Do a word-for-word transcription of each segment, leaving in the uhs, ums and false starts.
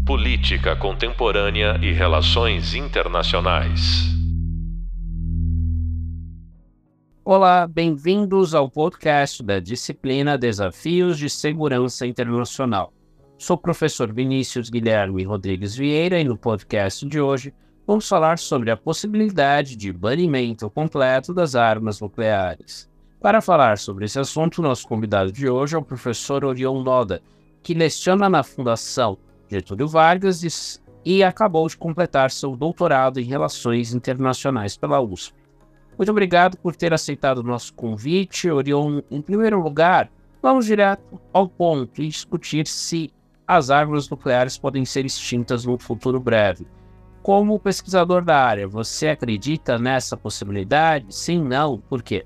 Política Contemporânea e Relações Internacionais. Olá, bem-vindos ao podcast da disciplina Desafios de Segurança Internacional. Sou o professor Vinícius Guilherme Rodrigues Vieira e no podcast de hoje vamos falar sobre a possibilidade de banimento completo das armas nucleares. Para falar sobre esse assunto, nosso convidado de hoje é o professor Orion Noda, que leciona na Fundação Getúlio Vargas e acabou de completar seu doutorado em Relações Internacionais pela U S P. Muito obrigado por ter aceitado o nosso convite, Orion. Em primeiro lugar, vamos direto ao ponto e discutir se as armas nucleares podem ser extintas no futuro breve. Como pesquisador da área, você acredita nessa possibilidade? Sim, não, por quê?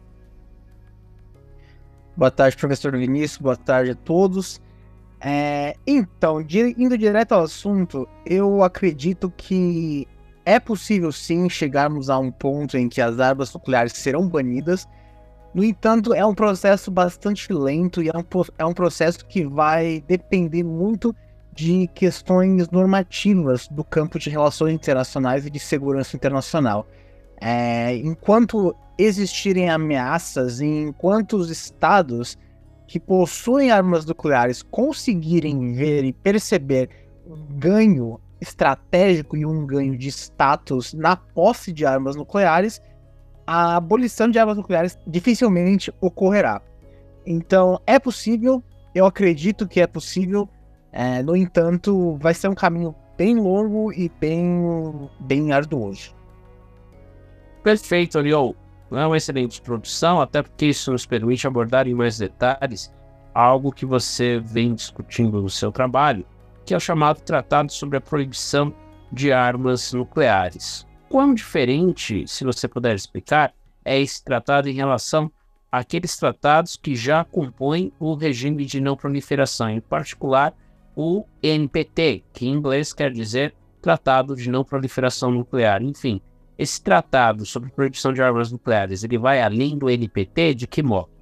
Boa tarde, professor Vinícius, boa tarde a todos. É, então, di- indo direto ao assunto, eu acredito que é possível sim chegarmos a um ponto em que as armas nucleares serão banidas. No entanto, é um processo bastante lento e é um, po- é um processo que vai depender muito de questões normativas do campo de relações internacionais e de segurança internacional. É, enquanto existirem ameaças e enquanto os estados que possuem armas nucleares conseguirem ver e perceber um ganho estratégico e um ganho de status na posse de armas nucleares, a abolição de armas nucleares dificilmente ocorrerá. Então, é possível, eu acredito que é possível, é, no entanto, vai ser um caminho bem longo e bem, bem arduoso. Perfeito, Orion. É uma excelente introdução, até porque isso nos permite abordar em mais detalhes algo que você vem discutindo no seu trabalho, que é o chamado Tratado sobre a Proibição de Armas Nucleares. Quão diferente, se você puder explicar, é esse tratado em relação àqueles tratados que já compõem o regime de não proliferação, em particular o N P T, que em inglês quer dizer Tratado de Não Proliferação Nuclear. Enfim, esse tratado sobre proibição de armas nucleares, ele vai além do N P T? De que modo?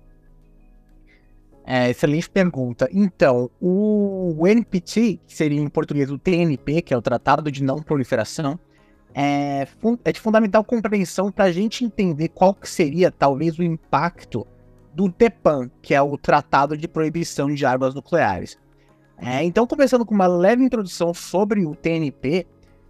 É, excelente pergunta. Então, o, o N P T, que seria em português o T N P, que é o Tratado de Não Proliferação, é, fun- é de fundamental compreensão para a gente entender qual que seria, talvez, o impacto do T P A M, que é o Tratado de Proibição de Armas Nucleares. É, então, começando com uma leve introdução sobre o T N P,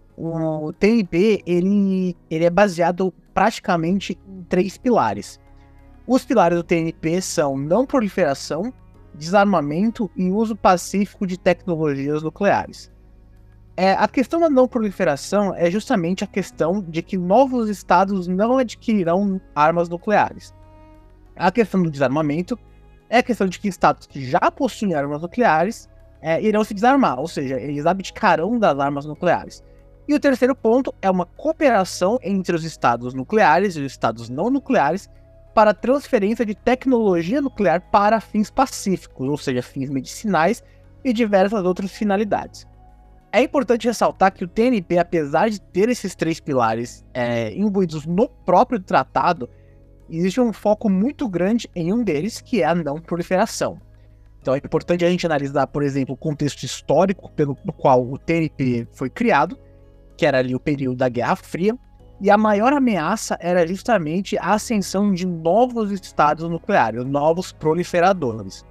o T N P ele, ele é baseado praticamente em três pilares. Os pilares do T N P são não proliferação, desarmamento e uso pacífico de tecnologias nucleares. É, a questão da não proliferação é justamente a questão de que novos estados não adquirirão armas nucleares. A questão do desarmamento é a questão de que estados que já possuem armas nucleares é, irão se desarmar, ou seja, eles abdicarão das armas nucleares. E o terceiro ponto é uma cooperação entre os estados nucleares e os estados não nucleares para a transferência de tecnologia nuclear para fins pacíficos, ou seja, fins medicinais e diversas outras finalidades. É importante ressaltar que o T N P, apesar de ter esses três pilares é, imbuídos no próprio tratado, existe um foco muito grande em um deles, que é a não proliferação. Então é importante a gente analisar, por exemplo, o contexto histórico pelo qual o T N P foi criado, que era ali o período da Guerra Fria, e a maior ameaça era justamente a ascensão de novos estados nucleares, novos proliferadores.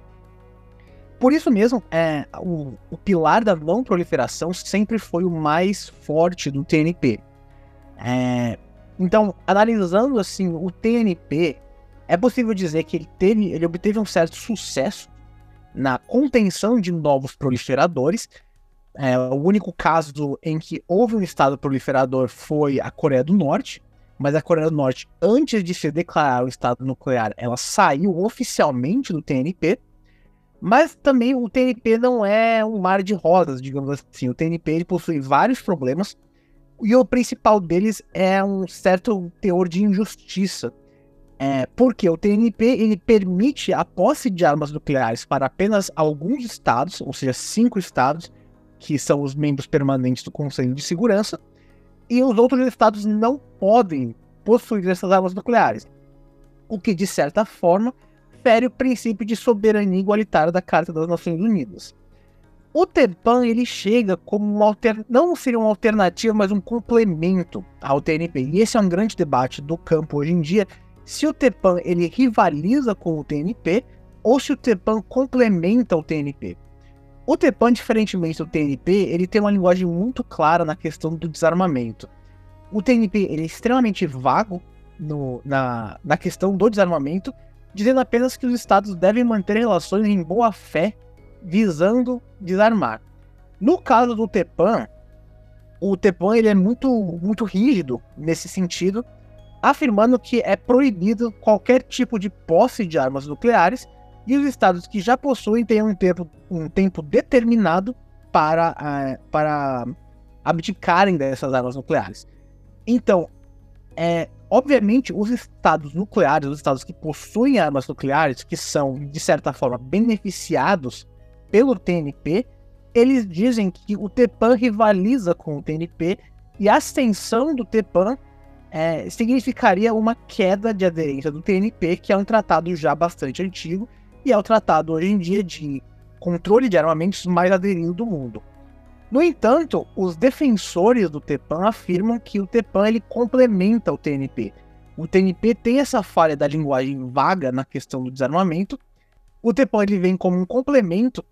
Por isso mesmo, é, o, o pilar da não proliferação sempre foi o mais forte do T N P. É, então, analisando assim o T N P, é possível dizer que ele, teve, ele obteve um certo sucesso na contenção de novos proliferadores. É, o único caso em que houve um estado proliferador foi a Coreia do Norte, mas a Coreia do Norte, antes de se declarar o estado nuclear, ela saiu oficialmente do T N P, mas também o T N P não é um mar de rosas, digamos assim. O T N P ele possui vários problemas, e o principal deles é um certo teor de injustiça. É, porque o T N P ele permite a posse de armas nucleares para apenas alguns estados, ou seja, cinco estados, que são os membros permanentes do Conselho de Segurança, e os outros estados não podem possuir essas armas nucleares, o que, de certa forma, fere o princípio de soberania igualitária da Carta das Nações Unidas. O TEPAN, ele chega como uma alter... não seria uma alternativa, mas um complemento ao T N P. E esse é um grande debate do campo hoje em dia, se o TEPAN ele rivaliza com o T N P ou se o TEPAN complementa o T N P. O TEPAN, diferentemente do T N P, ele tem uma linguagem muito clara na questão do desarmamento. O T N P ele é extremamente vago no, na, na questão do desarmamento, dizendo apenas que os estados devem manter relações em boa fé, visando desarmar. No caso do TEPAN, o TEPAN ele é muito, muito rígido nesse sentido, afirmando que é proibido qualquer tipo de posse de armas nucleares e os estados que já possuem têm um tempo, um tempo determinado para, uh, para abdicarem dessas armas nucleares. Então, é, obviamente, os estados nucleares, os estados que possuem armas nucleares, que são, de certa forma, beneficiados pelo T N P, eles dizem que o TEPAN rivaliza com o T N P e a ascensão do TEPAN é, significaria uma queda de aderência do T N P, que é um tratado já bastante antigo e é o tratado hoje em dia de controle de armamentos mais aderido do mundo. No entanto, os defensores do TEPAN afirmam que o TEPAN ele complementa o T N P. O T N P tem essa falha da linguagem vaga na questão do desarmamento. O TEPAN ele vem como um complemento,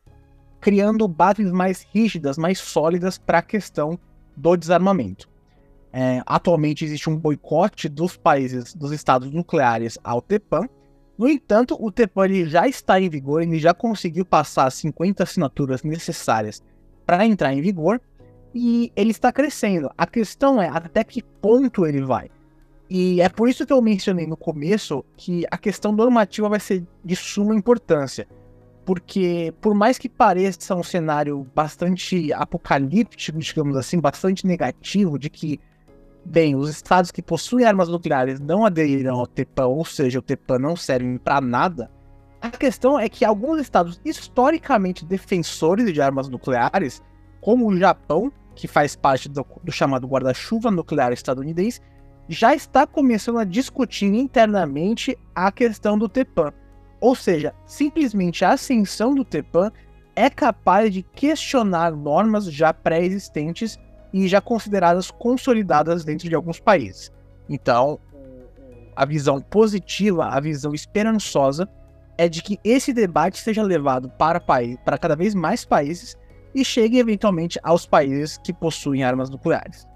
criando bases mais rígidas, mais sólidas para a questão do desarmamento. É, atualmente existe um boicote dos países, dos estados nucleares ao TEPAN. No entanto, o TEPAN ele já está em vigor, ele já conseguiu passar as cinquenta assinaturas necessárias para entrar em vigor e ele está crescendo. A questão é até que ponto ele vai. E é por isso que eu mencionei no começo que a questão normativa vai ser de suma importância. Porque, por mais que pareça um cenário bastante apocalíptico, digamos assim, bastante negativo, de que, bem, os estados que possuem armas nucleares não aderirão ao TEPAN, ou seja, o TEPAN não serve para nada, a questão é que alguns estados historicamente defensores de armas nucleares, como o Japão, que faz parte do, do chamado guarda-chuva nuclear estadunidense, já está começando a discutir internamente a questão do TEPAN. Ou seja, simplesmente a ascensão do TEPAN é capaz de questionar normas já pré-existentes e já consideradas consolidadas dentro de alguns países. Então, a visão positiva, a visão esperançosa, é de que esse debate seja levado para, país, para cada vez mais países e chegue eventualmente aos países que possuem armas nucleares.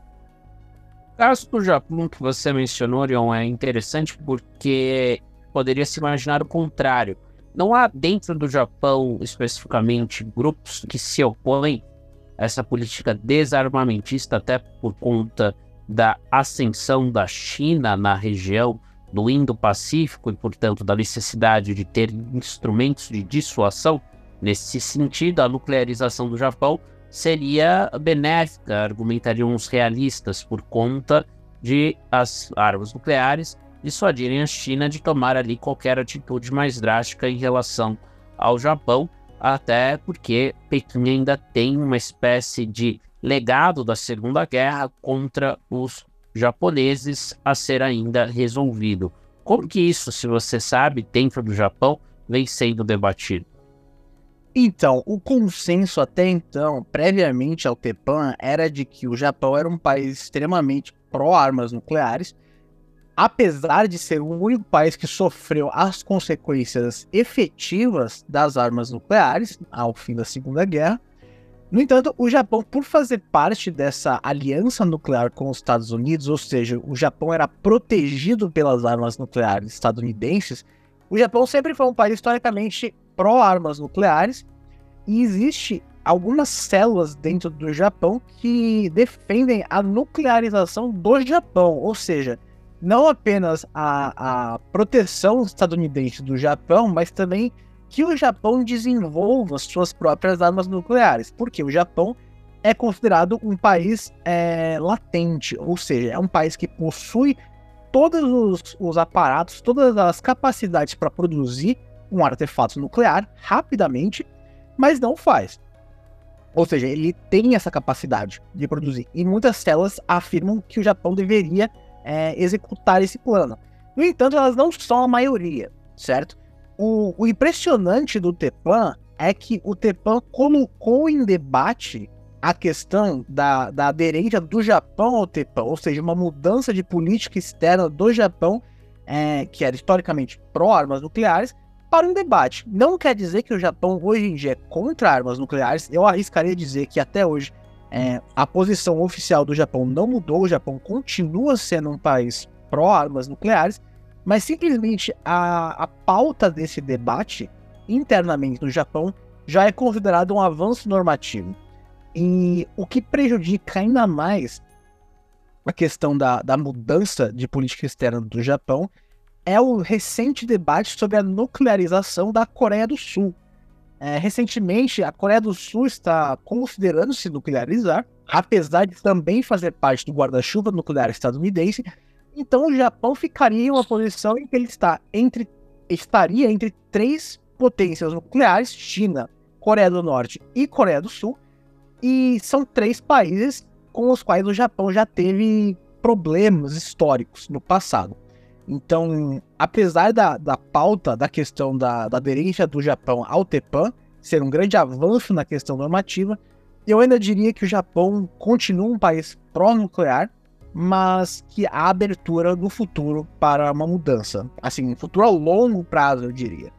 O caso do Japão que você mencionou, Orion, é interessante porque poderia se imaginar o contrário. Não há dentro do Japão, especificamente, grupos que se opõem a essa política desarmamentista, até por conta da ascensão da China na região do Indo-Pacífico e, portanto, da necessidade de ter instrumentos de dissuasão. Nesse sentido, a nuclearização do Japão seria benéfica, argumentariam os realistas, por conta de as armas nucleares dissuadirem a China de tomar ali qualquer atitude mais drástica em relação ao Japão, até porque Pequim ainda tem uma espécie de legado da Segunda Guerra contra os japoneses a ser ainda resolvido. Como que isso, se você sabe, dentro do Japão, vem sendo debatido? Então, o consenso até então, previamente ao TEPAN, era de que o Japão era um país extremamente pró-armas nucleares, apesar de ser o único país que sofreu as consequências efetivas das armas nucleares ao fim da Segunda Guerra. No entanto, o Japão, por fazer parte dessa aliança nuclear com os Estados Unidos, ou seja, o Japão era protegido pelas armas nucleares estadunidenses, o Japão sempre foi um país historicamente pró-armas nucleares, e existe algumas células dentro do Japão que defendem a nuclearização do Japão, ou seja, não apenas a, a proteção estadunidense do Japão, mas também que o Japão desenvolva suas próprias armas nucleares, porque o Japão é considerado um país é, latente, ou seja, é um país que possui todos os, os aparatos, todas as capacidades para produzir um artefato nuclear rapidamente, mas não faz. Ou seja, ele tem essa capacidade de produzir, e muitas células afirmam que o Japão deveria É, executar esse plano. No entanto, elas não são a maioria, certo? O, o impressionante do TEPAN é que o TEPAM colocou em debate a questão da, da aderência do Japão ao TEPAM, ou seja, uma mudança de política externa do Japão, é, que era historicamente pró-armas nucleares, para um debate. Não quer dizer que o Japão hoje em dia é contra armas nucleares. Eu arriscaria dizer que até hoje é, a posição oficial do Japão não mudou, o Japão continua sendo um país pró-armas nucleares, mas simplesmente a, a pauta desse debate internamente no Japão já é considerado um avanço normativo. E o que prejudica ainda mais a questão da, da mudança de política externa do Japão é o recente debate sobre a nuclearização da Coreia do Sul. É, recentemente, a Coreia do Sul está considerando se nuclearizar, apesar de também fazer parte do guarda-chuva nuclear estadunidense. Então o Japão ficaria em uma posição em que ele está entre, estaria entre três potências nucleares, China, Coreia do Norte e Coreia do Sul, e são três países com os quais o Japão já teve problemas históricos no passado. Então, apesar da, da pauta da questão da, da aderência do Japão ao TEPAM ser um grande avanço na questão normativa, eu ainda diria que o Japão continua um país pró-nuclear, mas que há abertura no futuro para uma mudança. Assim, um futuro a longo prazo, eu diria.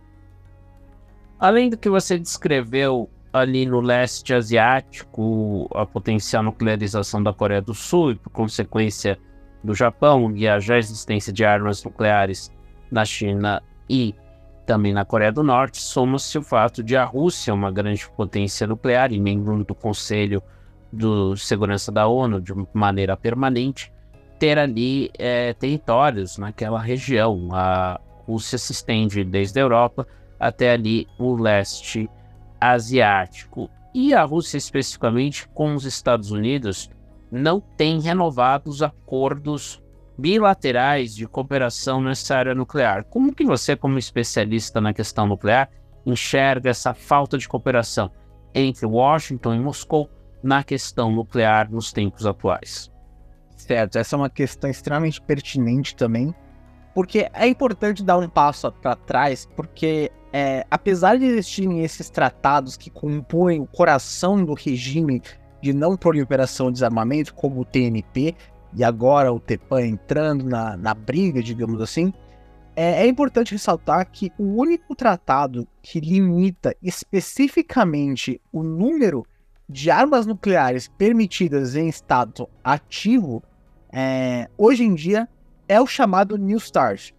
Além do que você descreveu ali no leste asiático, a potencial nuclearização da Coreia do Sul e, por consequência, do Japão, e a já existência de armas nucleares na China e também na Coreia do Norte, soma-se o fato de a Rússia, uma grande potência nuclear e membro do Conselho de Segurança da ONU de maneira permanente, ter ali é, territórios naquela região. A Rússia se estende desde a Europa até ali o leste asiático. E a Rússia, especificamente com os Estados Unidos, não tem renovado os acordos bilaterais de cooperação nessa área nuclear. Como que você, como especialista na questão nuclear, enxerga essa falta de cooperação entre Washington e Moscou na questão nuclear nos tempos atuais? Certo, essa é uma questão extremamente pertinente também, porque é importante dar um passo para trás, porque é, apesar de existirem esses tratados que compõem o coração do regime de não proliferação e desarmamento, como o T N P, e agora o TEPAM entrando na, na briga, digamos assim, é, é importante ressaltar que o único tratado que limita especificamente o número de armas nucleares permitidas em estado ativo, é, hoje em dia, é o chamado New START,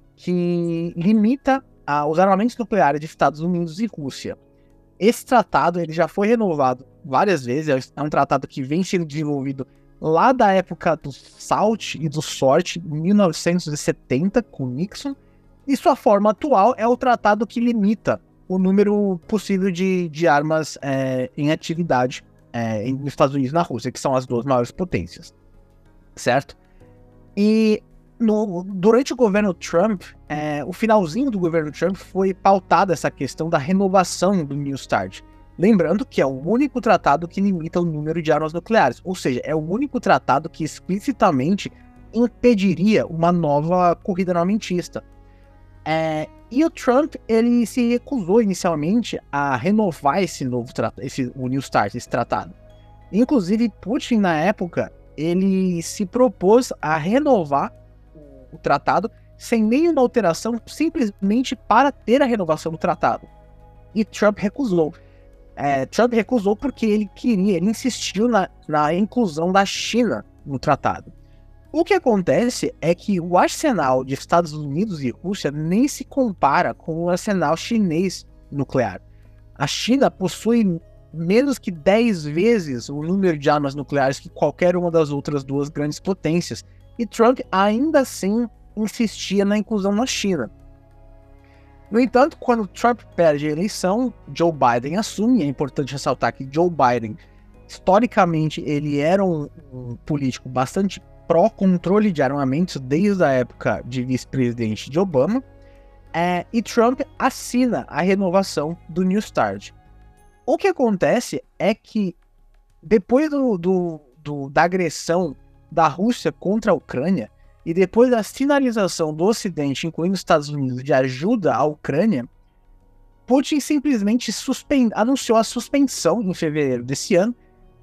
que limita a, os armamentos nucleares de Estados Unidos e Rússia. Esse tratado ele já foi renovado várias vezes, é um tratado que vem sendo desenvolvido lá da época do SALT e do SORT, em mil novecentos e setenta, com Nixon, e sua forma atual é o tratado que limita o número possível de, de armas é, em atividade é, nos Estados Unidos e na Rússia, que são as duas maiores potências, certo? E no, durante o governo Trump, é, o finalzinho do governo Trump foi pautada essa questão da renovação do New START. Lembrando que é o único tratado que limita o número de armas nucleares, ou seja, é o único tratado que explicitamente impediria uma nova corrida armamentista. É, e o Trump ele se recusou inicialmente a renovar esse novo tratado, esse, o New START, esse tratado. Inclusive, Putin, na época, ele se propôs a renovar o tratado sem nenhuma alteração, simplesmente para ter a renovação do tratado. E Trump recusou. É, Trump recusou porque ele queria, ele insistiu na, na inclusão da China no tratado. O que acontece é que o arsenal de Estados Unidos e Rússia nem se compara com o arsenal chinês nuclear. A China possui menos que dez vezes o número de armas nucleares que qualquer uma das outras duas grandes potências, e Trump ainda assim insistia na inclusão na China. No entanto, quando Trump perde a eleição, Joe Biden assume. É importante ressaltar que Joe Biden, historicamente, ele era um, um político bastante pró-controle de armamentos desde a época de vice-presidente de Obama, é, e Trump assina a renovação do New START. O que acontece é que, depois do, do, do, da agressão da Rússia contra a Ucrânia, e depois da sinalização do Ocidente, incluindo os Estados Unidos, de ajuda à Ucrânia, Putin simplesmente suspend... anunciou a suspensão, em fevereiro desse ano,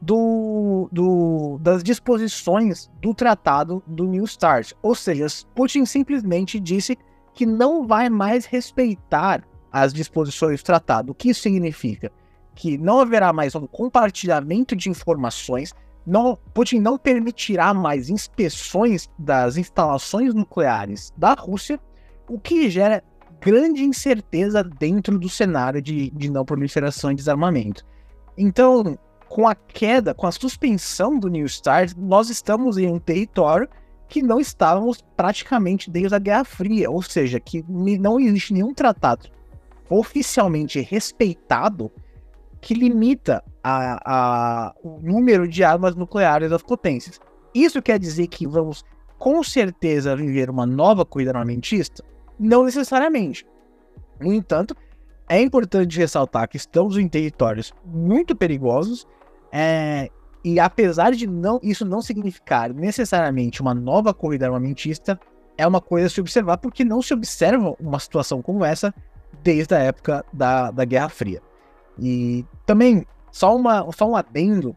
do, do, das disposições do Tratado do New START. Ou seja, Putin simplesmente disse que não vai mais respeitar as disposições do tratado. O que isso significa? Que não haverá mais um compartilhamento de informações, não, Putin não permitirá mais inspeções das instalações nucleares da Rússia, o que gera grande incerteza dentro do cenário de, de não proliferação e desarmamento. Então, com a queda, com a suspensão do New START, nós estamos em um território que não estávamos praticamente desde a Guerra Fria, ou seja, que não existe nenhum tratado oficialmente respeitado que limita a, a, o número de armas nucleares das potências. Isso quer dizer que vamos, com certeza, viver uma nova corrida armamentista? Não necessariamente. No entanto, é importante ressaltar que estamos em territórios muito perigosos, é, e apesar de não, isso não significar necessariamente uma nova corrida armamentista, é uma coisa a se observar, porque não se observa uma situação como essa desde a época da, da Guerra Fria. E também, só, uma, só um adendo,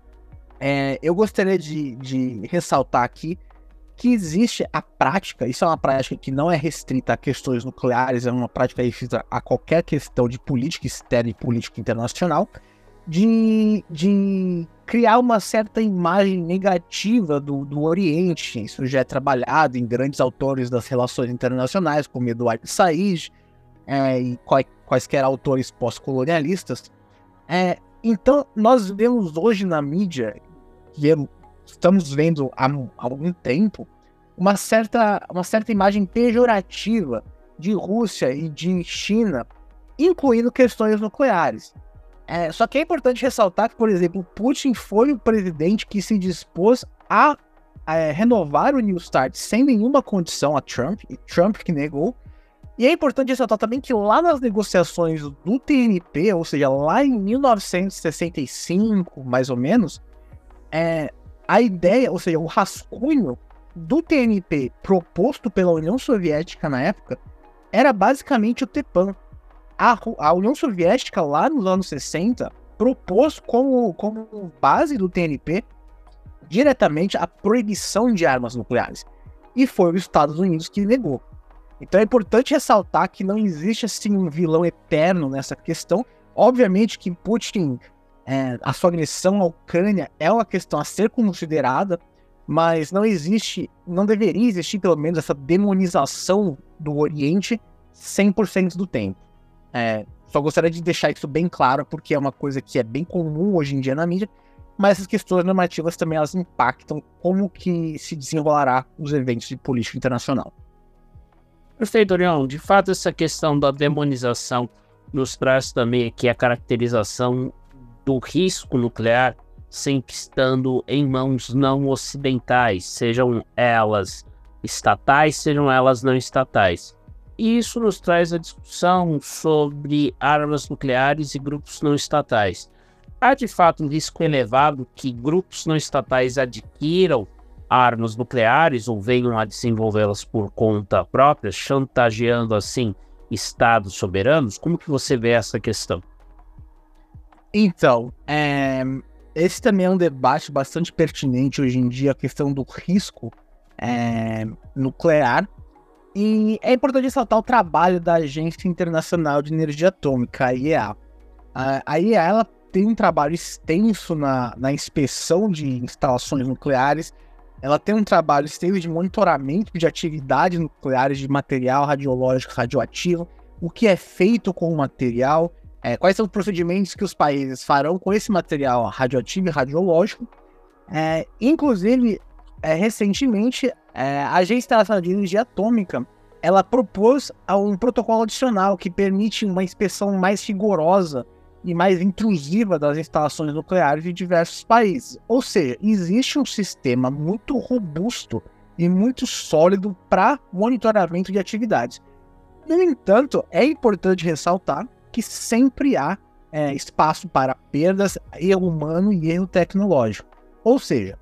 é, eu gostaria de, de ressaltar aqui que existe a prática, isso é uma prática que não é restrita a questões nucleares, é uma prática restrita a qualquer questão de política externa e política internacional, de, de criar uma certa imagem negativa do, do Oriente. Isso já é trabalhado em grandes autores das relações internacionais, como Eduardo Said, é, e quais, quaisquer autores pós-colonialistas. É, então, nós vemos hoje na mídia, que estamos vendo há, há algum tempo, uma certa, uma certa imagem pejorativa de Rússia e de China, incluindo questões nucleares. É, só que é importante ressaltar que, por exemplo, Putin foi o presidente que se dispôs a, a renovar o New START sem nenhuma condição a Trump, e Trump que negou. E é importante ressaltar também que lá nas negociações do T N P, ou seja, lá em mil novecentos e sessenta e cinco, mais ou menos, é, a ideia, ou seja, o rascunho do T N P proposto pela União Soviética na época era basicamente o TEPAN. A, a União Soviética, lá nos anos sessenta, propôs como, como base do T N P diretamente a proibição de armas nucleares. E foi os Estados Unidos que negou. Então é importante ressaltar que não existe assim um vilão eterno nessa questão. Obviamente que Putin, é, a sua agressão à Ucrânia é uma questão a ser considerada, mas não existe, não deveria existir pelo menos essa demonização do Oriente cem por cento do tempo. É, só gostaria de deixar isso bem claro, porque é uma coisa que é bem comum hoje em dia na mídia, mas essas questões normativas também elas impactam como que se desenrolará os eventos de política internacional. Perfeito, Orion. De fato, essa questão da demonização nos traz também aqui a caracterização do risco nuclear sempre estando em mãos não ocidentais, sejam elas estatais, sejam elas não estatais. E isso nos traz a discussão sobre armas nucleares e grupos não estatais. Há de fato um risco elevado que grupos não estatais adquiram armas nucleares ou venham a desenvolvê-las por conta própria, chantageando assim estados soberanos? Como que você vê essa questão? Então, é, esse também é um debate bastante pertinente hoje em dia, a questão do risco é, nuclear. E é importante ressaltar o trabalho da Agência Internacional de Energia Atômica, a I E A. A, a I E A ela tem um trabalho extenso na, na inspeção de instalações nucleares. Ela tem um trabalho extenso de monitoramento de atividades nucleares, de material radiológico radioativo, o que é feito com o material, é, quais são os procedimentos que os países farão com esse material radioativo e radiológico. É, inclusive, é, recentemente, é, a Agência Internacional de Energia Atômica ela propôs um protocolo adicional que permite uma inspeção mais rigorosa e mais intrusiva das instalações nucleares de diversos países. Ou seja, existe um sistema muito robusto e muito sólido para monitoramento de atividades. No entanto, é importante ressaltar que sempre há é, espaço para perdas, erro humano e erro tecnológico. Ou seja,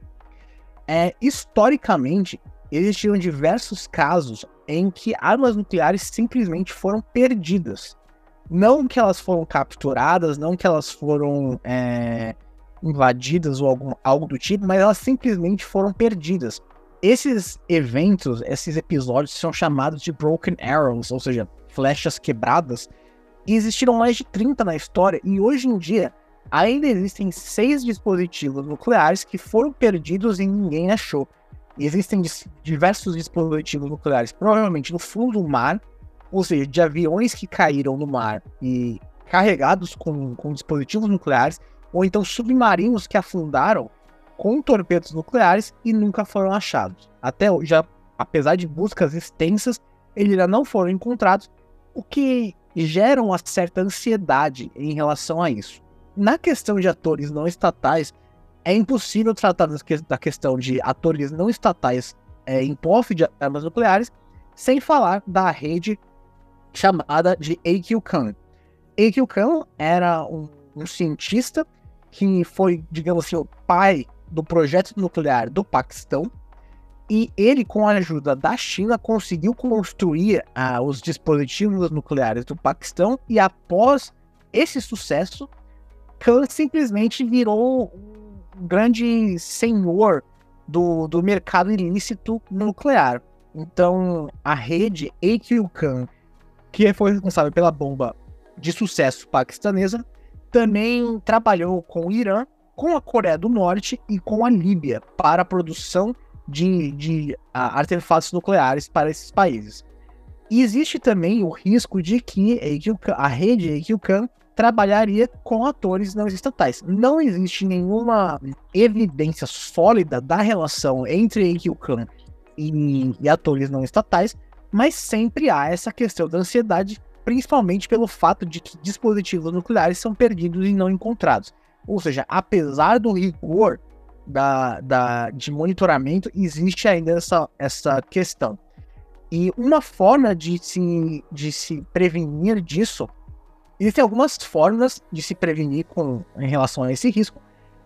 é, historicamente, existiram diversos casos em que armas nucleares simplesmente foram perdidas. Não que elas foram capturadas, não que elas foram é, invadidas ou algum, algo do tipo, mas elas simplesmente foram perdidas. Esses eventos, esses episódios são chamados de Broken Arrows, ou seja, flechas quebradas, e existiram mais de trinta na história, e hoje em dia ainda existem seis dispositivos nucleares que foram perdidos e ninguém achou. Existem diversos dispositivos nucleares, provavelmente no fundo do mar, ou seja, de aviões que caíram no mar e carregados com, com dispositivos nucleares, ou então submarinos que afundaram com torpedos nucleares e nunca foram achados. Até hoje, apesar de buscas extensas, eles ainda não foram encontrados, o que gera uma certa ansiedade em relação a isso. Na questão de atores não estatais, é impossível tratar da questão de atores não estatais é, em posse de armas nucleares sem falar da rede chamada de A Q Khan. A Q Khan era um, um cientista que foi, digamos assim, o pai do projeto nuclear do Paquistão, e ele, com a ajuda da China, conseguiu construir ah, os dispositivos nucleares do Paquistão, e após esse sucesso, Khan simplesmente virou um grande senhor do, do mercado ilícito nuclear. Então, a rede A Q Khan, que foi responsável pela bomba de sucesso paquistanesa, também trabalhou com o Irã, com a Coreia do Norte e com a Líbia para a produção de, de uh, artefatos nucleares para esses países. E existe também o risco de que a, Q Khan, a rede A Q Khan trabalharia com atores não estatais. Não existe nenhuma evidência sólida da relação entre A Q Khan e, e atores não estatais, mas sempre há essa questão da ansiedade, principalmente pelo fato de que dispositivos nucleares são perdidos e não encontrados. Ou seja, apesar do rigor da, da, de monitoramento, existe ainda essa, essa questão. E uma forma de se, de se prevenir disso, existem algumas formas de se prevenir com, em relação a esse risco.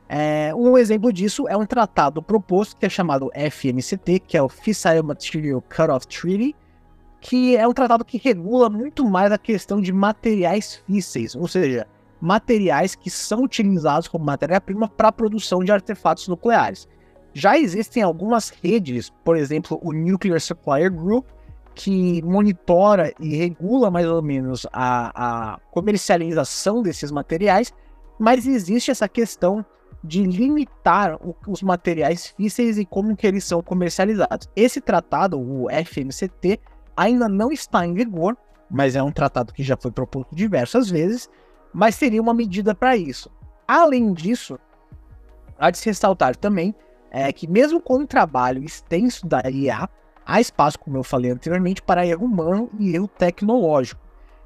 É, um exemplo disso é um tratado proposto que é chamado F M C T, que é o Fissile Material Cut-off Treaty, que é um tratado que regula muito mais a questão de materiais físseis, ou seja, materiais que são utilizados como matéria-prima para a produção de artefatos nucleares. Já existem algumas redes, por exemplo, o Nuclear Supplier Group, que monitora e regula mais ou menos a, a comercialização desses materiais, mas existe essa questão de limitar o, os materiais físseis e como que eles são comercializados. Esse tratado, o F M C T, ainda não está em vigor, mas é um tratado que já foi proposto diversas vezes, mas seria uma medida para isso. Além disso, há de se ressaltar também é, que mesmo com o trabalho extenso da I A, há espaço, como eu falei anteriormente, para erro humano e erro tecnológico.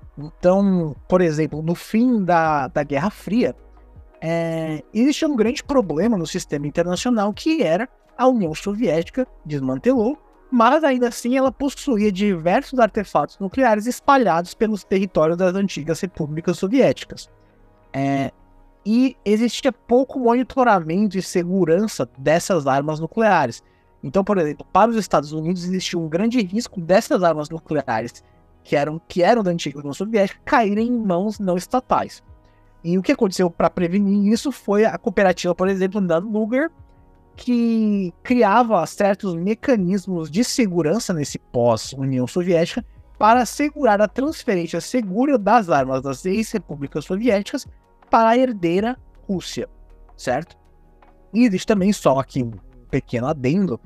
Então, por exemplo, no fim da, da Guerra Fria, é, existia um grande problema no sistema internacional, que era a União Soviética desmantelou, mas ainda assim ela possuía diversos artefatos nucleares espalhados pelos territórios das antigas repúblicas soviéticas. É, e existia pouco monitoramento e segurança dessas armas nucleares. Então, por exemplo, para os Estados Unidos existia um grande risco dessas armas nucleares, que eram, que eram da antiga União Soviética, caírem em mãos não estatais. E o que aconteceu para prevenir isso foi a cooperativa, por exemplo, da Luger, que criava certos mecanismos de segurança nesse pós-União Soviética para assegurar a transferência segura das armas das ex-repúblicas soviéticas para a herdeira Rússia, certo? E existe também, só aqui um pequeno adendo,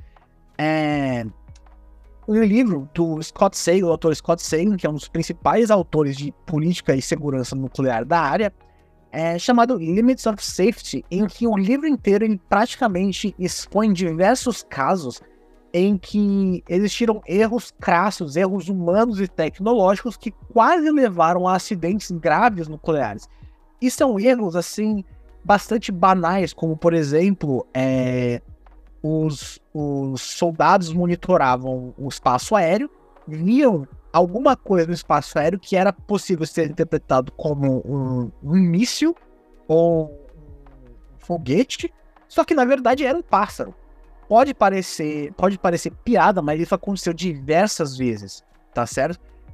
é, um livro do Scott Sagan, o autor Scott Sagan, que é um dos principais autores de política e segurança nuclear da área, É, chamado Limits of Safety, em que o livro inteiro ele praticamente expõe diversos casos em que existiram erros crassos, erros humanos e tecnológicos que quase levaram a acidentes graves nucleares. E são erros, assim, bastante banais, como, por exemplo, é, os, os soldados monitoravam o espaço aéreo, viam alguma coisa no espaço aéreo que era possível ser interpretado como um, um míssil ou um foguete, só que na verdade era um pássaro. Pode parecer, pode parecer piada, mas isso aconteceu diversas vezes, tá certo?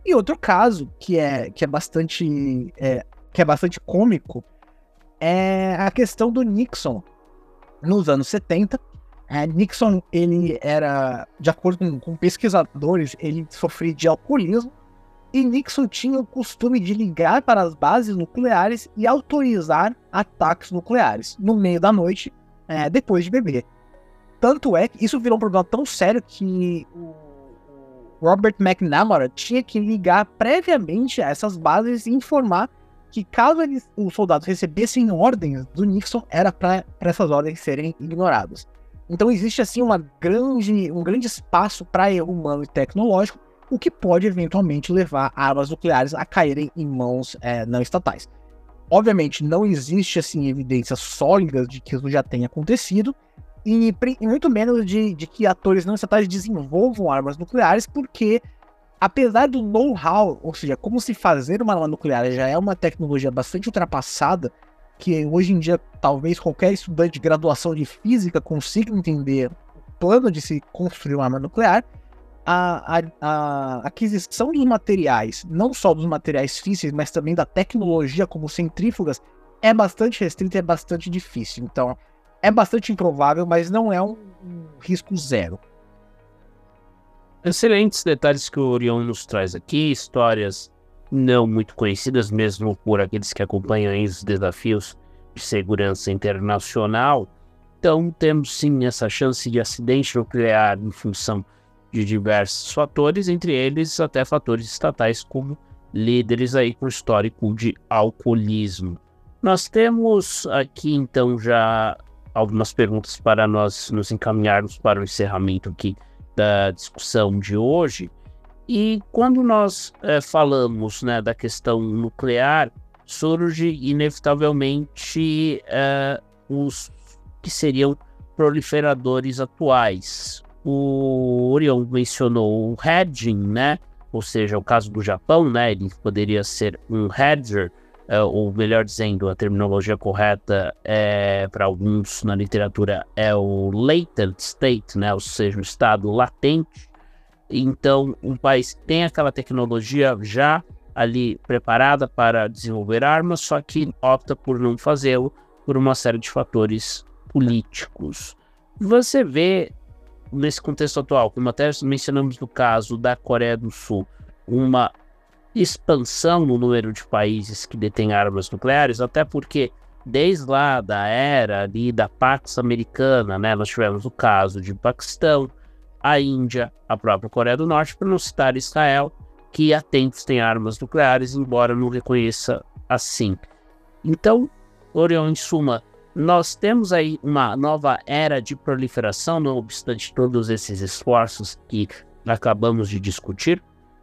E outro caso que é, que é, bastante, é, que é bastante cômico é a questão do Nixon. Nos anos setenta, é, Nixon, ele era, de acordo com, com pesquisadores, ele sofria de alcoolismo, e Nixon tinha o costume de ligar para as bases nucleares e autorizar ataques nucleares no meio da noite, é, depois de beber. Tanto é que isso virou um problema tão sério que o Robert McNamara tinha que ligar previamente a essas bases e informar que caso eles, os soldados recebessem ordens do Nixon, era para essas ordens serem ignoradas. Então existe assim uma grande, um grande espaço para erro humano e tecnológico, o que pode eventualmente levar armas nucleares a caírem em mãos é, não estatais. Obviamente não existe assim evidências sólidas de que isso já tenha acontecido, e, e muito menos de, de que atores não estatais desenvolvam armas nucleares, porque apesar do know-how, ou seja, como se fazer uma arma nuclear já é uma tecnologia bastante ultrapassada, que hoje em dia talvez qualquer estudante de graduação de física consiga entender o plano de se construir uma arma nuclear, a, a, a aquisição dos materiais, não só dos materiais físseis, mas também da tecnologia como centrífugas, é bastante restrita e é bastante difícil. Então, é bastante improvável, mas não é um, um risco zero. Excelentes detalhes que o Orion nos traz aqui, histórias não muito conhecidas, mesmo por aqueles que acompanham os desafios de segurança internacional. Então, temos sim essa chance de acidente nuclear em função de diversos fatores, entre eles até fatores estatais como líderes aí com histórico de alcoolismo. Nós temos aqui então já algumas perguntas para nós nos encaminharmos para o encerramento aqui da discussão de hoje. E quando nós é, falamos, né, da questão nuclear, surge inevitavelmente é, os que seriam proliferadores atuais. O Orion mencionou o hedging, né? Ou seja, o caso do Japão, né? Ele poderia ser um hedger, é, ou melhor dizendo, a terminologia correta é, para alguns na literatura é o latent state, né? Ou seja, o estado latente. Então, um país tem aquela tecnologia já ali preparada para desenvolver armas, só que opta por não fazê-lo por uma série de fatores políticos. Você vê, nesse contexto atual, como até mencionamos no caso da Coreia do Sul, uma expansão no número de países que detêm armas nucleares, até porque desde lá da era ali da Pax Americana, né, nós tivemos o caso de Paquistão, a Índia, a própria Coreia do Norte, para não citar Israel, que há tempos tem armas nucleares, embora não reconheça assim. Então, Orion, em suma, nós temos aí uma nova era de proliferação, não obstante todos esses esforços que acabamos de discutir?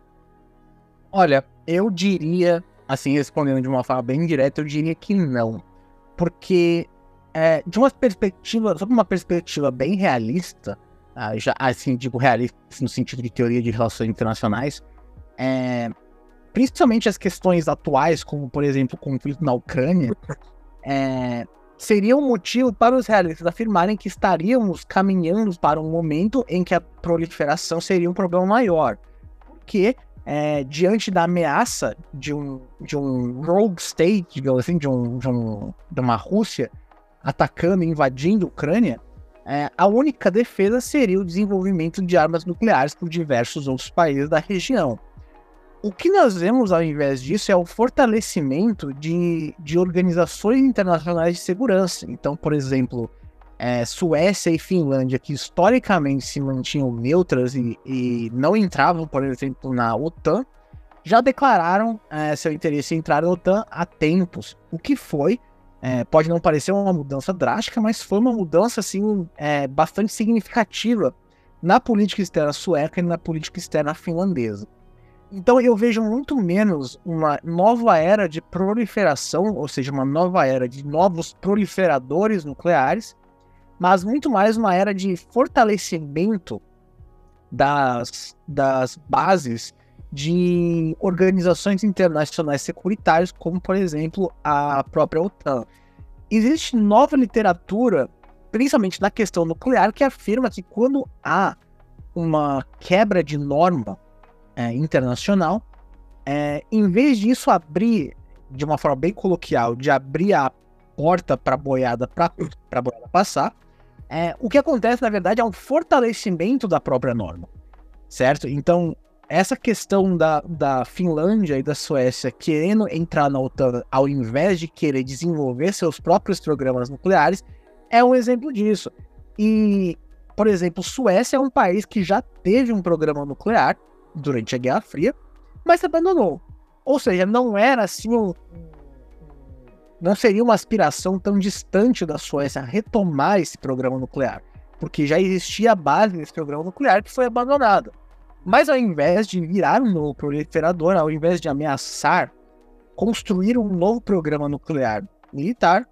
Olha, eu diria, assim, respondendo de uma forma bem direta, eu diria que não. Porque, é, de uma perspectiva, sob uma perspectiva bem realista, ah, já, assim, digo realista no sentido de teoria de relações internacionais, é, principalmente as questões atuais, como, por exemplo, o conflito na Ucrânia, é, seria um motivo para os realistas afirmarem que estaríamos caminhando para um momento em que a proliferação seria um problema maior. Porque, é, diante da ameaça de um, de um rogue state, digamos assim, de, um, de, um, de uma Rússia atacando e invadindo a Ucrânia, é, a única defesa seria o desenvolvimento de armas nucleares por diversos outros países da região. O que nós vemos ao invés disso é o fortalecimento de, de organizações internacionais de segurança. Então, por exemplo, é, Suécia e Finlândia, que historicamente se mantinham neutras e, e não entravam, por exemplo, na OTAN, já declararam é, seu interesse em entrar na OTAN há tempos. O que foi, é, pode não parecer uma mudança drástica, mas foi uma mudança assim, é, bastante significativa na política externa sueca e na política externa finlandesa. Então eu vejo muito menos uma nova era de proliferação, ou seja, uma nova era de novos proliferadores nucleares, mas muito mais uma era de fortalecimento das, das bases de organizações internacionais securitárias, como, por exemplo, a própria OTAN. Existe nova literatura, principalmente na questão nuclear, que afirma que quando há uma quebra de norma É, internacional, é, em vez disso abrir, de uma forma bem coloquial, de abrir a porta para a boiada, para a boiada passar, é, o que acontece, na verdade, é um fortalecimento da própria norma, certo? Então, essa questão da, da Finlândia e da Suécia querendo entrar na OTAN ao invés de querer desenvolver seus próprios programas nucleares é um exemplo disso. E, por exemplo, Suécia é um país que já teve um programa nuclear durante a Guerra Fria, mas se abandonou. Ou seja, não era assim um, não seria uma aspiração tão distante da Suécia retomar esse programa nuclear, porque já existia a base desse programa nuclear que foi abandonada. Mas ao invés de virar um novo proliferador, ao invés de ameaçar construir um novo programa nuclear militar,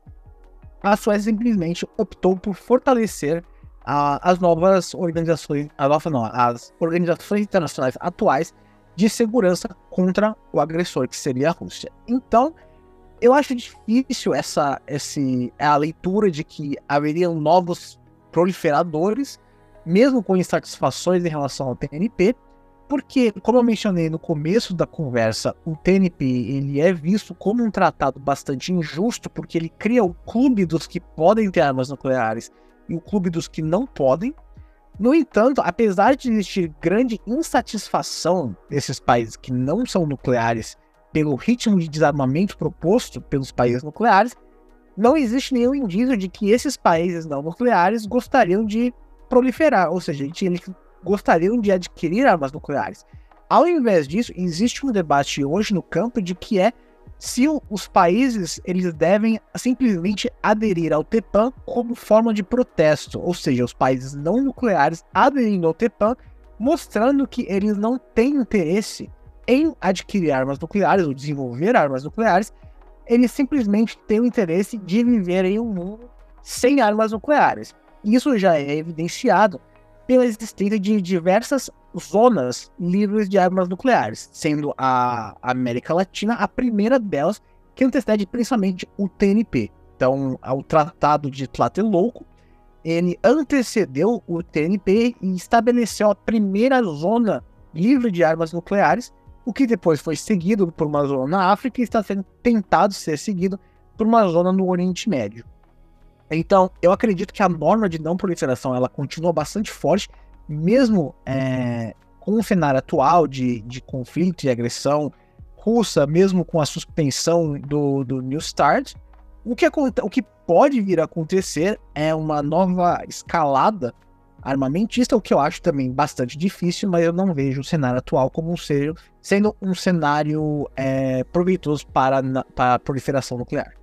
a Suécia simplesmente optou por fortalecer a, as novas organizações, a nova, não, as organizações internacionais atuais de segurança contra o agressor, que seria a Rússia. Então, eu acho difícil essa, esse, a leitura de que haveriam novos proliferadores, mesmo com insatisfações em relação ao T N P, porque, como eu mencionei no começo da conversa, o T N P ele é visto como um tratado bastante injusto, porque ele cria o clube dos que podem ter armas nucleares e o clube dos que não podem. No entanto, apesar de existir grande insatisfação desses países que não são nucleares pelo ritmo de desarmamento proposto pelos países nucleares, não existe nenhum indício de que esses países não nucleares gostariam de proliferar, ou seja, eles gostariam de adquirir armas nucleares. Ao invés disso, existe um debate hoje no campo de que é se os países eles devem simplesmente aderir ao T P A M como forma de protesto, ou seja, os países não nucleares aderindo ao T P A M, mostrando que eles não têm interesse em adquirir armas nucleares ou desenvolver armas nucleares, eles simplesmente têm o interesse de viver em um mundo sem armas nucleares. Isso já é evidenciado pela existência de diversas zonas livres de armas nucleares, sendo a América Latina a primeira delas, que antecede principalmente o T N P. Então, o Tratado de Tlatelolco, ele antecedeu o T N P e estabeleceu a primeira zona livre de armas nucleares, o que depois foi seguido por uma zona na África e está sendo tentado ser seguido por uma zona no Oriente Médio. Então, eu acredito que a norma de não proliferação ela continua bastante forte, mesmo é, com o cenário atual de, de conflito e agressão russa, mesmo com a suspensão do, do New START. O que, o que pode vir a acontecer é uma nova escalada armamentista, o que eu acho também bastante difícil, mas eu não vejo o cenário atual como um ser, sendo um cenário é, proveitoso para, para a proliferação nuclear.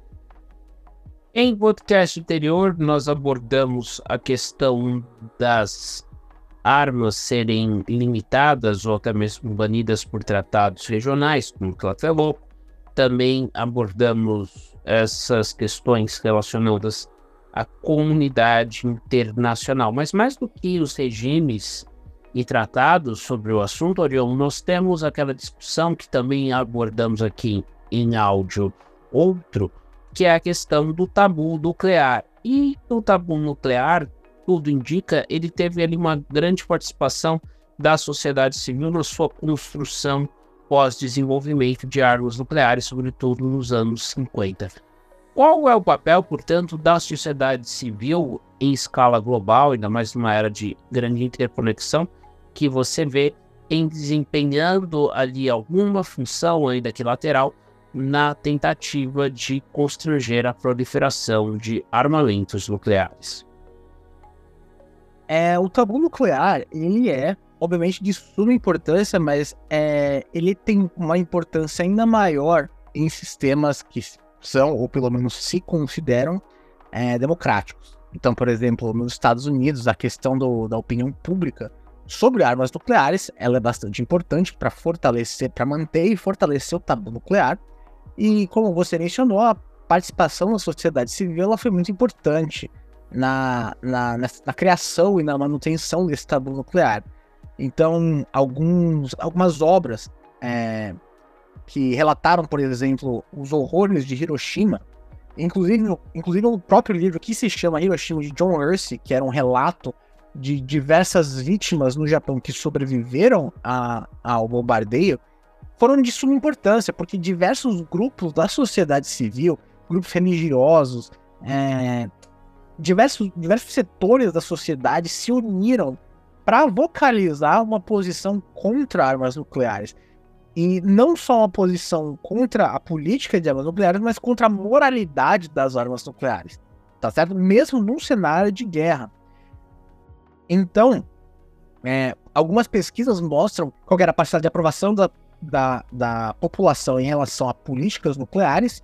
Em podcast anterior, nós abordamos a questão das armas serem limitadas ou até mesmo banidas por tratados regionais, como o Tlatelolco. Também abordamos essas questões relacionadas à comunidade internacional. Mas mais do que os regimes e tratados sobre o assunto, Orion, nós temos aquela discussão que também abordamos aqui em áudio outro, que é a questão do tabu nuclear. E o tabu nuclear, tudo indica, ele teve ali uma grande participação da sociedade civil na sua construção pós-desenvolvimento de armas nucleares, sobretudo nos anos cinquenta. Qual é o papel, portanto, da sociedade civil em escala global, ainda mais numa era de grande interconexão, que você vê em desempenhando ali alguma função, ainda que lateral, na tentativa de constranger a proliferação de armamentos nucleares? É, o tabu nuclear, ele é, obviamente, de suma importância, mas é, ele tem uma importância ainda maior em sistemas que são, ou pelo menos se consideram, é, democráticos. Então, por exemplo, nos Estados Unidos, a questão do, da opinião pública sobre armas nucleares, ela é bastante importante para fortalecer, para manter e fortalecer o tabu nuclear. E como você mencionou, a participação da sociedade civil ela foi muito importante na, na, na, na criação e na manutenção desse tabu nuclear. Então, alguns, algumas obras é, que relataram, por exemplo, os horrores de Hiroshima, inclusive, inclusive o próprio livro que se chama Hiroshima, de John Hersey, que era um relato de diversas vítimas no Japão que sobreviveram a, ao bombardeio, foram de suma importância, porque diversos grupos da sociedade civil, grupos religiosos, é, diversos, diversos setores da sociedade se uniram para vocalizar uma posição contra armas nucleares. E não só uma posição contra a política de armas nucleares, mas contra a moralidade das armas nucleares, tá certo? Mesmo num cenário de guerra. Então, é, algumas pesquisas mostram qual era a parcela de aprovação da, da, da população em relação a políticas nucleares,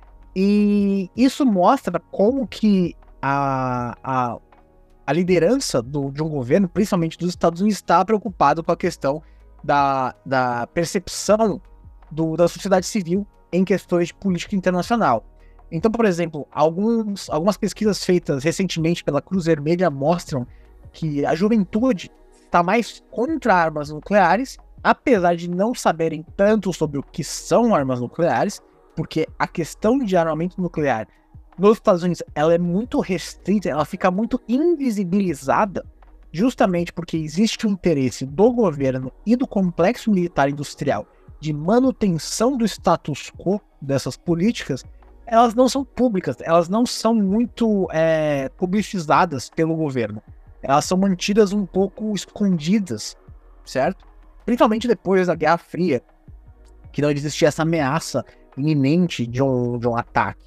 e isso mostra como que a, a, a liderança do, de um governo, principalmente dos Estados Unidos, está preocupado com a questão da, da percepção do, da sociedade civil em questões de política internacional. Então, por exemplo, alguns, algumas pesquisas feitas recentemente pela Cruz Vermelha mostram que a juventude está mais contra armas nucleares, apesar de não saberem tanto sobre o que são armas nucleares, porque a questão de armamento nuclear nos Estados Unidos ela é muito restrita, ela fica muito invisibilizada, justamente porque existe o interesse do governo e do complexo militar industrial de manutenção do status quo dessas políticas. Elas não são públicas, elas não são muito é, publicizadas pelo governo. Elas são mantidas um pouco escondidas, certo? Principalmente depois da Guerra Fria, que não existia essa ameaça iminente de um, de um ataque.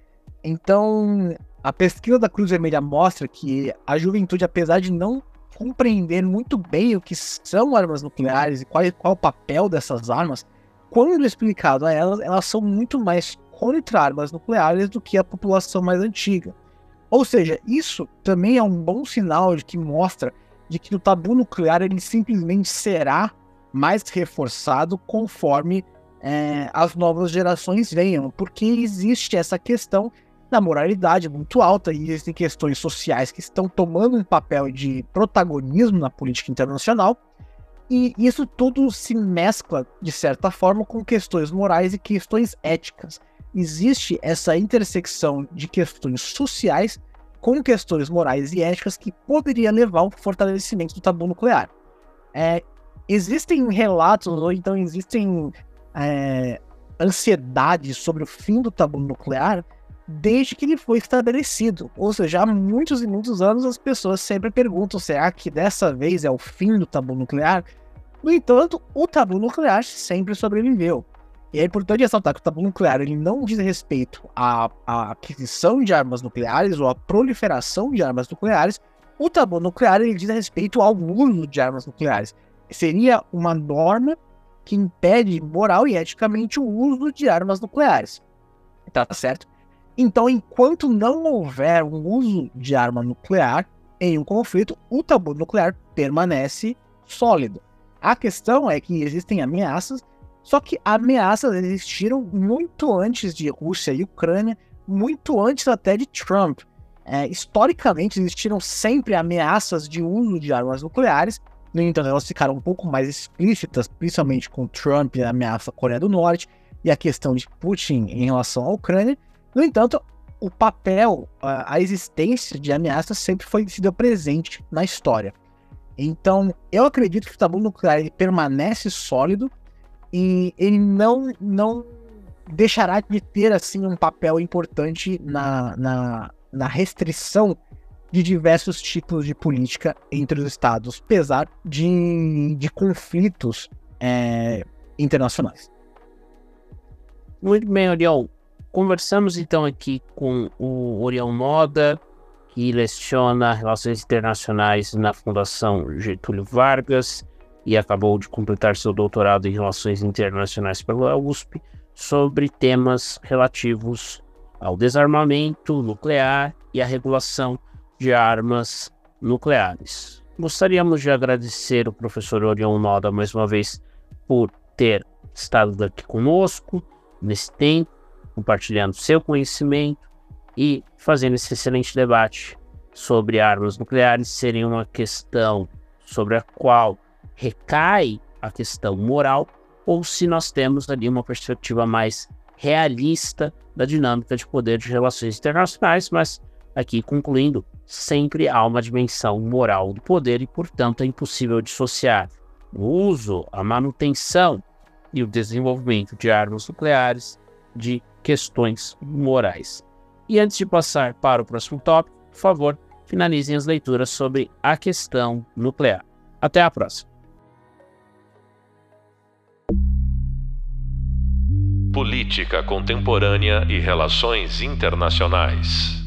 Então, a pesquisa da Cruz Vermelha mostra que a juventude, apesar de não compreender muito bem o que são armas nucleares e qual, qual é o papel dessas armas, quando explicado a elas, elas são muito mais contra armas nucleares do que a população mais antiga. Ou seja, isso também é um bom sinal de que mostra de que o tabu nuclear ele simplesmente será mais reforçado conforme é, as novas gerações venham, porque existe essa questão da moralidade muito alta e existem questões sociais que estão tomando um papel de protagonismo na política internacional, e isso tudo se mescla, de certa forma, com questões morais e questões éticas. Existe essa intersecção de questões sociais com questões morais e éticas que poderia levar ao fortalecimento do tabu nuclear. É, existem relatos, ou então existem é, ansiedades sobre o fim do tabu nuclear desde que ele foi estabelecido. Ou seja, há muitos e muitos anos as pessoas sempre perguntam, será que dessa vez é o fim do tabu nuclear? No entanto, o tabu nuclear sempre sobreviveu. E é importante ressaltar que o tabu nuclear ele não diz respeito à, à aquisição de armas nucleares ou à proliferação de armas nucleares. O tabu nuclear ele diz respeito ao uso de armas nucleares. Seria uma norma que impede moral e eticamente o uso de armas nucleares. Tá certo? Então, enquanto não houver um uso de arma nuclear em um conflito, o tabu nuclear permanece sólido. A questão é que existem ameaças, só que ameaças existiram muito antes de Rússia e Ucrânia, muito antes até de Trump. É, historicamente, existiram sempre ameaças de uso de armas nucleares. No entanto, elas ficaram um pouco mais explícitas, principalmente com Trump e a ameaça à Coreia do Norte e a questão de Putin em relação à Ucrânia. No entanto, o papel, a existência de ameaças sempre foi sido presente na história. Então, eu acredito que o tabu nuclear ele permanece sólido e ele não, não deixará de ter assim, um papel importante na, na, na restrição de diversos tipos de política entre os estados, apesar de, de conflitos é, internacionais. Muito bem, Oriol. Conversamos então aqui com o Oriol Noda, que leciona Relações Internacionais na Fundação Getúlio Vargas e acabou de completar seu doutorado em Relações Internacionais pela U S P, sobre temas relativos ao desarmamento nuclear e à regulação de armas nucleares. Gostaríamos de agradecer o professor Oriol Noda mais uma vez por ter estado aqui conosco nesse tempo, compartilhando seu conhecimento e fazendo esse excelente debate sobre armas nucleares. Seria uma questão sobre a qual recai a questão moral, ou se nós temos ali uma perspectiva mais realista da dinâmica de poder de relações internacionais, mas aqui concluindo, sempre há uma dimensão moral do poder e, portanto, é impossível dissociar o uso, a manutenção e o desenvolvimento de armas nucleares de questões morais. E antes de passar para o próximo tópico, por favor, finalizem as leituras sobre a questão nuclear. Até a próxima. Política contemporânea e relações internacionais.